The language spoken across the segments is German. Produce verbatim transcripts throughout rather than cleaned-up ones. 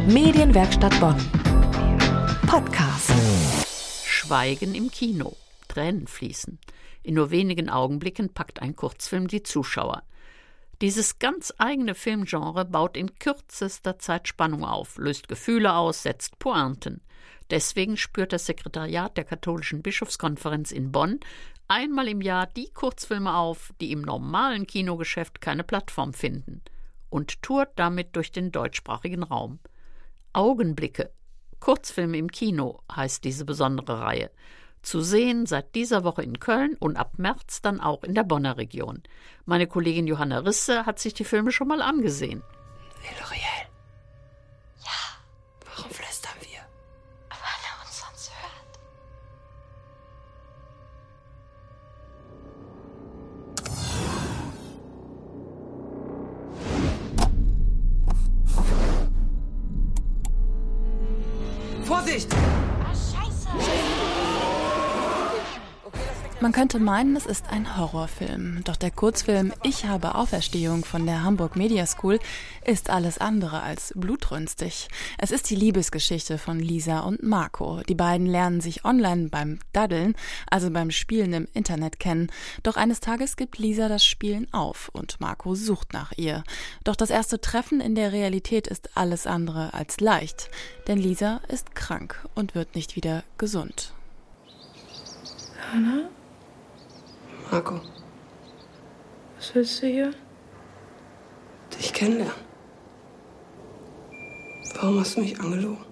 Medienwerkstatt Bonn. Podcast. Schweigen im Kino. Tränen fließen. In nur wenigen Augenblicken packt ein Kurzfilm die Zuschauer. Dieses ganz eigene Filmgenre baut in kürzester Zeit Spannung auf, löst Gefühle aus, setzt Pointen. Deswegen spürt das Sekretariat der Katholischen Bischofskonferenz in Bonn einmal im Jahr die Kurzfilme auf, die im normalen Kinogeschäft keine Plattform finden, und tourt damit durch den deutschsprachigen Raum. Augenblicke, Kurzfilme im Kino heißt diese besondere Reihe. Zu sehen seit dieser Woche in Köln und ab März dann auch in der Bonner Region. Meine Kollegin Johanna Risse hat sich die Filme schon mal angesehen. L'Oreal. Ja. Warum flüstern wir? Weil er uns sonst hört. Vorsicht! Ah, scheiße! Man könnte meinen, es ist ein Horrorfilm. Doch der Kurzfilm Ich habe Auferstehung von der Hamburg Media School ist alles andere als blutrünstig. Es ist die Liebesgeschichte von Lisa und Marco. Die beiden lernen sich online beim Daddeln, also beim Spielen im Internet kennen. Doch eines Tages gibt Lisa das Spielen auf und Marco sucht nach ihr. Doch das erste Treffen in der Realität ist alles andere als leicht. Denn Lisa ist krank und wird nicht wieder gesund. Hanna? Marco, Was willst du hier? dich kennenlernen. Warum hast du mich angelogen?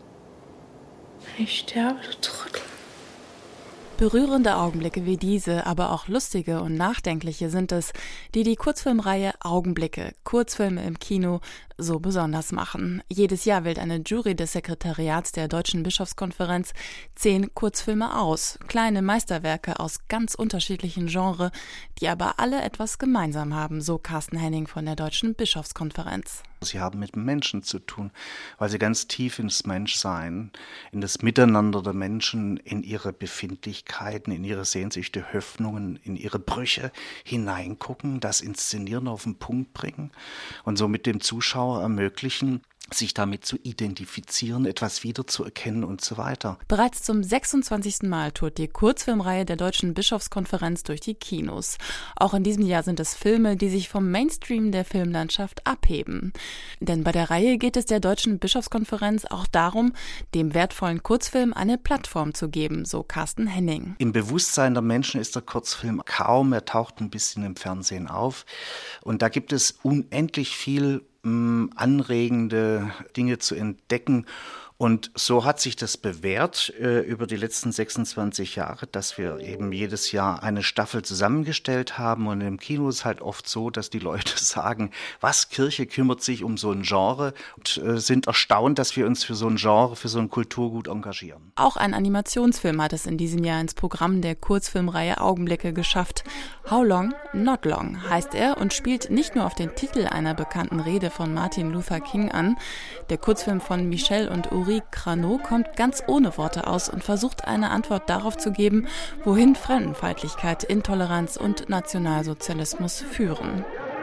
Ich sterbe, du Trottel. Berührende Augenblicke wie diese, aber auch lustige und nachdenkliche sind es, die die Kurzfilmreihe Augenblicke, Kurzfilme im Kino, so besonders machen. Jedes Jahr wählt eine Jury des Sekretariats der Deutschen Bischofskonferenz zehn Kurzfilme aus, kleine Meisterwerke aus ganz unterschiedlichen Genres, die aber alle etwas gemeinsam haben, so Carsten Henning von der Deutschen Bischofskonferenz. Sie haben mit Menschen zu tun, weil sie ganz tief ins Menschsein, in das Miteinander der Menschen, in ihre Befindlichkeiten, in ihre Sehnsüchte, Hoffnungen, in ihre Brüche hineingucken, das Inszenieren auf den Punkt bringen und somit dem Zuschauer ermöglichen, sich damit zu identifizieren, etwas wiederzuerkennen und so weiter. Bereits zum sechsundzwanzigsten Mal tourt die Kurzfilmreihe der Deutschen Bischofskonferenz durch die Kinos. Auch in diesem Jahr sind es Filme, die sich vom Mainstream der Filmlandschaft abheben. Denn bei der Reihe geht es der Deutschen Bischofskonferenz auch darum, dem wertvollen Kurzfilm eine Plattform zu geben, so Carsten Henning. Im Bewusstsein der Menschen ist der Kurzfilm kaum, er taucht ein bisschen im Fernsehen auf. Und da gibt es unendlich viel anregende Dinge zu entdecken. Und so hat sich das bewährt äh, über die letzten sechsundzwanzig Jahre, dass wir eben jedes Jahr eine Staffel zusammengestellt haben. Und im Kino ist halt oft so, dass die Leute sagen, was, Kirche kümmert sich um so ein Genre, und äh, sind erstaunt, dass wir uns für so ein Genre, für so ein Kulturgut engagieren. Auch ein Animationsfilm hat es in diesem Jahr ins Programm der Kurzfilmreihe Augenblicke geschafft. How Long, Not Long heißt er und spielt nicht nur auf den Titel einer bekannten Rede von Martin Luther King an. Der Kurzfilm von Michel und Uri Crano kommt ganz ohne Worte aus und versucht eine Antwort darauf zu geben, wohin Fremdenfeindlichkeit, Intoleranz und Nationalsozialismus führen.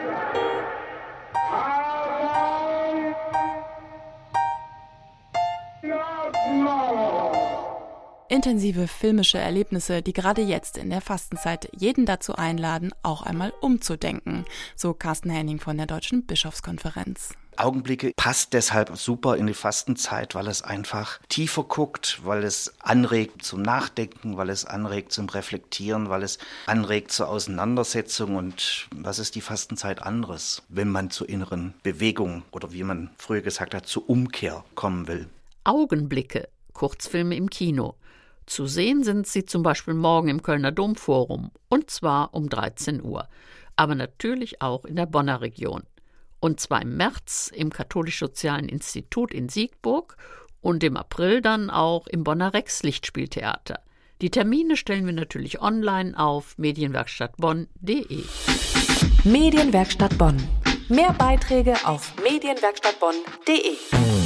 Intensive filmische Erlebnisse, die gerade jetzt in der Fastenzeit jeden dazu einladen, auch einmal umzudenken, so Carsten Henning von der Deutschen Bischofskonferenz. Augenblicke passt deshalb super in die Fastenzeit, weil es einfach tiefer guckt, weil es anregt zum Nachdenken, weil es anregt zum Reflektieren, weil es anregt zur Auseinandersetzung. Und was ist die Fastenzeit anderes, wenn man zur inneren Bewegung oder wie man früher gesagt hat, zur Umkehr kommen will? Augenblicke, Kurzfilme im Kino. Zu sehen sind sie zum Beispiel morgen im Kölner Domforum, und zwar um dreizehn Uhr. Aber natürlich auch in der Bonner Region. Und zwar im März im Katholisch-Sozialen Institut in Siegburg und im April dann auch im Bonner Rex Lichtspieltheater. Die Termine stellen wir natürlich online auf medienwerkstattbonn punkt de. Medienwerkstatt Bonn. Mehr Beiträge auf medienwerkstattbonn punkt de.